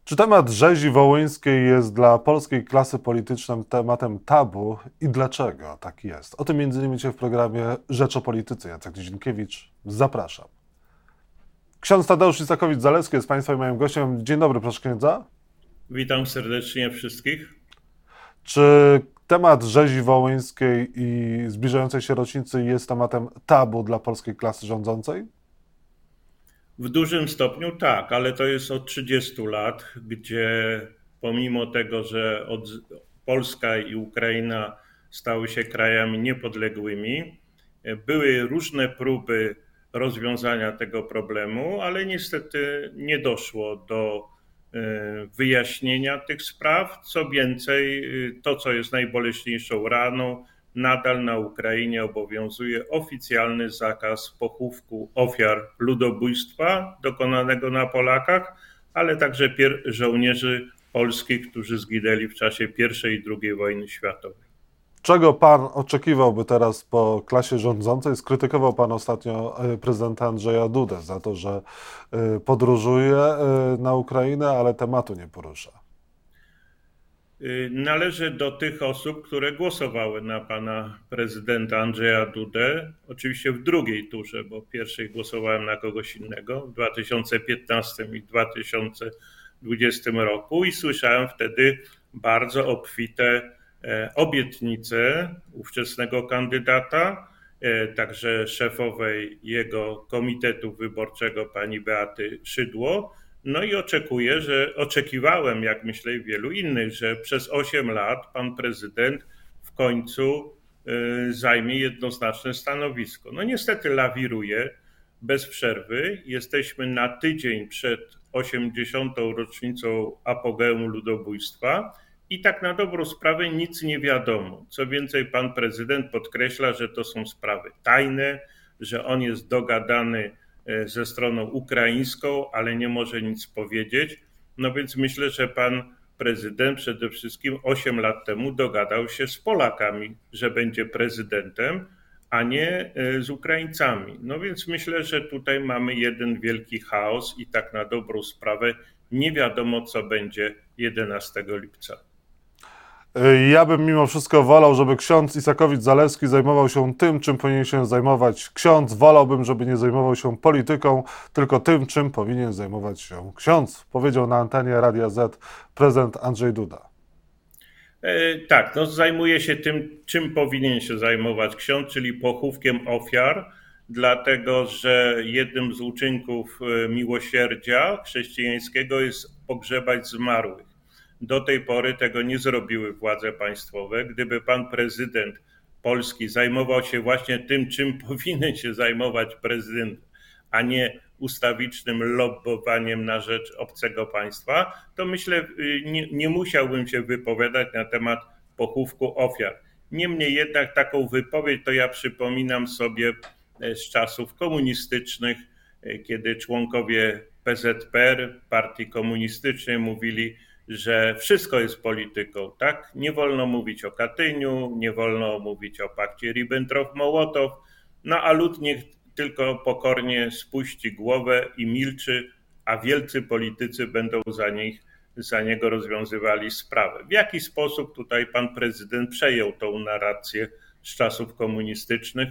Czy temat rzezi wołyńskiej jest dla polskiej klasy politycznej tematem tabu i dlaczego tak jest? O tym między innymi dzisiaj w programie Rzecz o Polityce. Jacek Nizinkiewicz, zapraszam. Ksiądz Tadeusz Isakowicz-Zaleski jest Państwa i moim gościem. Dzień dobry, proszę księdza. Witam serdecznie wszystkich. Czy temat rzezi wołyńskiej i zbliżającej się rocznicy jest tematem tabu dla polskiej klasy rządzącej? W dużym stopniu tak, ale to jest od 30 lat, gdzie pomimo tego, że Polska i Ukraina stały się krajami niepodległymi, były różne próby rozwiązania tego problemu, ale niestety nie doszło do wyjaśnienia tych spraw. Co więcej, to co jest najboleśniejszą raną, nadal na Ukrainie obowiązuje oficjalny zakaz pochówku ofiar ludobójstwa dokonanego na Polakach, ale także żołnierzy polskich, którzy zginęli w czasie I i II wojny światowej. Czego pan oczekiwałby teraz po klasie rządzącej? Skrytykował pan ostatnio prezydenta Andrzeja Dudę za to, że podróżuje na Ukrainę, ale tematu nie porusza. Należę do tych osób, które głosowały na pana prezydenta Andrzeja Dudę, oczywiście w drugiej turze, bo w pierwszej głosowałem na kogoś innego w 2015 i 2020 roku i słyszałem wtedy bardzo obfite obietnice ówczesnego kandydata, także szefowej jego komitetu wyborczego pani Beaty Szydło. No i oczekiwałem, jak myślę i wielu innych, że przez 8 lat pan prezydent w końcu zajmie jednoznaczne stanowisko. No niestety lawiruje bez przerwy. Jesteśmy na tydzień przed 80. rocznicą apogeum ludobójstwa i tak na dobrą sprawę nic nie wiadomo. Co więcej, pan prezydent podkreśla, że to są sprawy tajne, że on jest dogadany ze stroną ukraińską, ale nie może nic powiedzieć. No więc myślę, że pan prezydent przede wszystkim 8 lat temu dogadał się z Polakami, że będzie prezydentem, a nie z Ukraińcami. No więc myślę, że tutaj mamy jeden wielki chaos i tak na dobrą sprawę nie wiadomo, co będzie 11 lipca. Ja bym mimo wszystko wolał, żeby ksiądz Isakowicz-Zaleski zajmował się tym, czym powinien się zajmować ksiądz. Wolałbym, żeby nie zajmował się polityką, tylko tym, czym powinien zajmować się ksiądz, powiedział na antenie Radia Z prezydent Andrzej Duda. Tak, no zajmuje się tym, czym powinien się zajmować ksiądz, czyli pochówkiem ofiar, dlatego że jednym z uczynków miłosierdzia chrześcijańskiego jest pogrzebać zmarłych. Do tej pory tego nie zrobiły władze państwowe. Gdyby pan prezydent Polski zajmował się właśnie tym, czym powinien się zajmować prezydent, a nie ustawicznym lobbowaniem na rzecz obcego państwa, to myślę, nie musiałbym się wypowiadać na temat pochówku ofiar. Niemniej jednak taką wypowiedź to ja przypominam sobie z czasów komunistycznych, kiedy członkowie PZPR, partii komunistycznej mówili, że wszystko jest polityką, tak? Nie wolno mówić o Katyniu, nie wolno mówić o pakcie Ribbentrop-Mołotow, no a lud niech tylko pokornie spuści głowę i milczy, a wielcy politycy będą za niego rozwiązywali sprawę. W jaki sposób tutaj pan prezydent przejął tą narrację z czasów komunistycznych,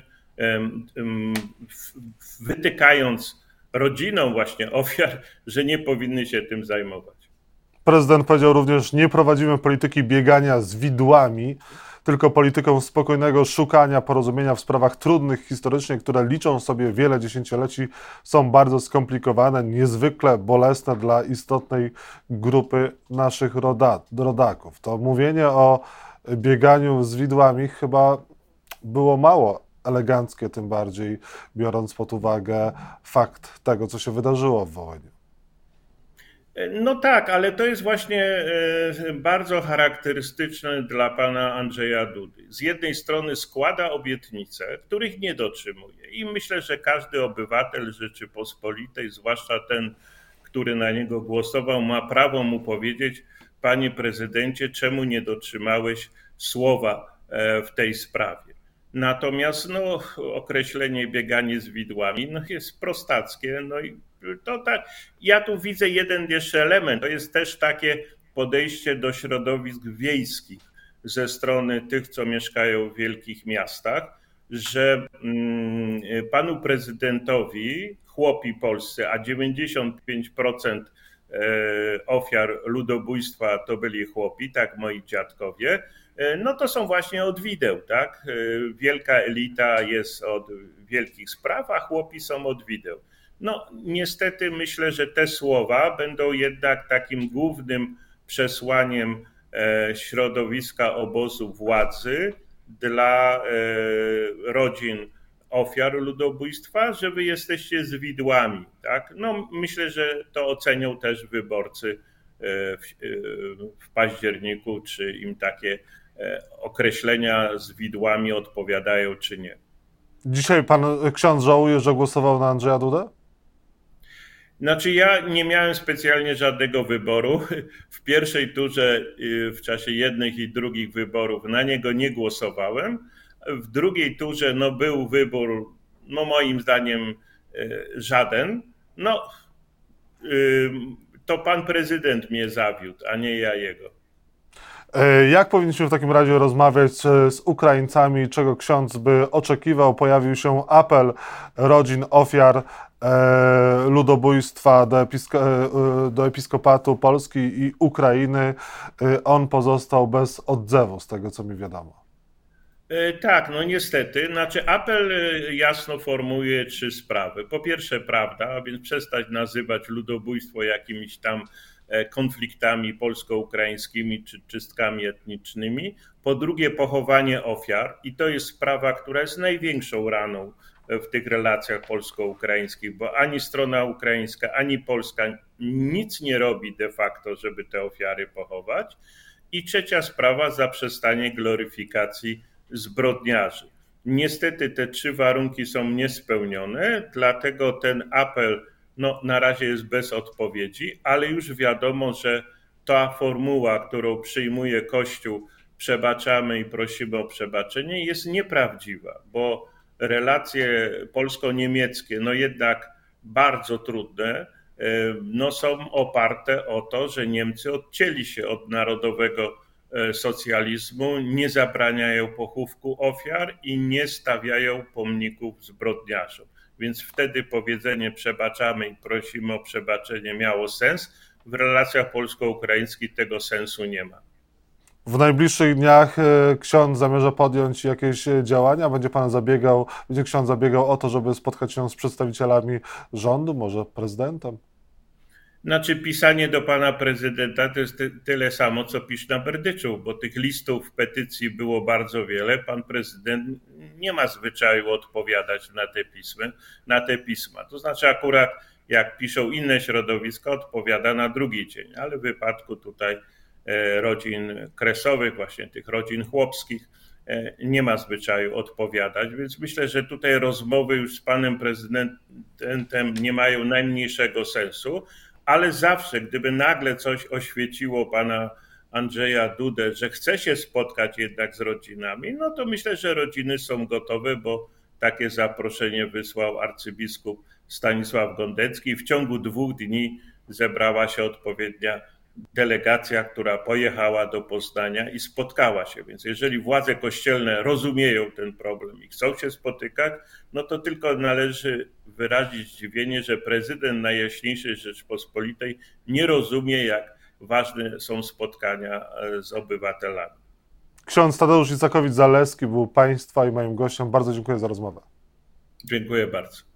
wytykając rodzinom właśnie ofiar, że nie powinny się tym zajmować. Prezydent powiedział również, nie prowadzimy polityki biegania z widłami, tylko polityką spokojnego szukania porozumienia w sprawach trudnych historycznie, które liczą sobie wiele dziesięcioleci, są bardzo skomplikowane, niezwykle bolesne dla istotnej grupy naszych rodaków. To mówienie o bieganiu z widłami chyba było mało eleganckie, tym bardziej biorąc pod uwagę fakt tego, co się wydarzyło w Wołyniu. No tak, ale to jest właśnie bardzo charakterystyczne dla pana Andrzeja Dudy. Z jednej strony składa obietnice, których nie dotrzymuje i myślę, że każdy obywatel Rzeczypospolitej, zwłaszcza ten, który na niego głosował, ma prawo mu powiedzieć: panie prezydencie, czemu nie dotrzymałeś słowa w tej sprawie. Natomiast określenie bieganie z widłami jest prostackie, no i To tak, ja tu widzę jeden jeszcze element, to jest też takie podejście do środowisk wiejskich ze strony tych, co mieszkają w wielkich miastach, że panu prezydentowi, chłopi polscy, a 95% ofiar ludobójstwa to byli chłopi, tak moi dziadkowie, no to są właśnie od wideł, tak? Wielka elita jest od wielkich spraw, a chłopi są od wideł. No niestety myślę, że te słowa będą jednak takim głównym przesłaniem środowiska obozu władzy dla rodzin ofiar ludobójstwa, że wy jesteście zwidłami. Tak? No, myślę, że to ocenią też wyborcy w październiku, czy im takie określenia zwidłami odpowiadają, czy nie. Dzisiaj pan ksiądz żałuje, że głosował na Andrzeja Dudę? Znaczy ja nie miałem specjalnie żadnego wyboru. W pierwszej turze w czasie jednych i drugich wyborów na niego nie głosowałem. W drugiej turze no, był wybór, no moim zdaniem żaden. No to pan prezydent mnie zawiódł, a nie ja jego. Jak powinniśmy w takim razie rozmawiać z Ukraińcami, czego ksiądz by oczekiwał? Pojawił się apel rodzin ofiar ludobójstwa do Episkopatu Polski i Ukrainy. On pozostał bez odzewu, z tego co mi wiadomo. Tak, no niestety. Znaczy apel jasno formułuje trzy sprawy. Po pierwsze prawda, a więc przestać nazywać ludobójstwo jakimiś tam konfliktami polsko-ukraińskimi czy czystkami etnicznymi. Po drugie pochowanie ofiar i to jest sprawa, która jest największą raną w tych relacjach polsko-ukraińskich, bo ani strona ukraińska, ani polska nic nie robi de facto, żeby te ofiary pochować. I trzecia sprawa, zaprzestanie gloryfikacji zbrodniarzy. Niestety te trzy warunki są niespełnione, dlatego ten apel no, na razie jest bez odpowiedzi, ale już wiadomo, że ta formuła, którą przyjmuje Kościół, przebaczamy i prosimy o przebaczenie, jest nieprawdziwa, bo relacje polsko-niemieckie, no jednak bardzo trudne, no są oparte o to, że Niemcy odcięli się od narodowego socjalizmu, nie zabraniają pochówku ofiar i nie stawiają pomników zbrodniarzom. Więc wtedy powiedzenie przebaczamy i prosimy o przebaczenie miało sens. W relacjach polsko-ukraińskich tego sensu nie ma. W najbliższych dniach ksiądz zamierza podjąć jakieś działania? Będzie ksiądz zabiegał o to, żeby spotkać się z przedstawicielami rządu, może prezydentem? Znaczy pisanie do pana prezydenta to jest tyle samo, co pisz na Berdyczu, bo tych listów, petycji było bardzo wiele. Pan prezydent nie ma zwyczaju odpowiadać na te pisma. To znaczy akurat jak piszą inne środowiska, odpowiada na drugi dzień, ale w wypadku tutaj rodzin kresowych, właśnie tych rodzin chłopskich, nie ma zwyczaju odpowiadać, więc myślę, że tutaj rozmowy już z panem prezydentem nie mają najmniejszego sensu, ale zawsze, gdyby nagle coś oświeciło pana Andrzeja Dudę, że chce się spotkać jednak z rodzinami, no to myślę, że rodziny są gotowe, bo takie zaproszenie wysłał arcybiskup Stanisław Gondecki. W ciągu 2 dni zebrała się odpowiednia delegacja, która pojechała do Poznania i spotkała się. Więc jeżeli władze kościelne rozumieją ten problem i chcą się spotykać, no to tylko należy wyrazić zdziwienie, że prezydent Najjaśniejszej Rzeczpospolitej nie rozumie, jak ważne są spotkania z obywatelami. Ksiądz Tadeusz Isakowicz-Zaleski był państwa i moim gościem. Bardzo dziękuję za rozmowę. Dziękuję bardzo.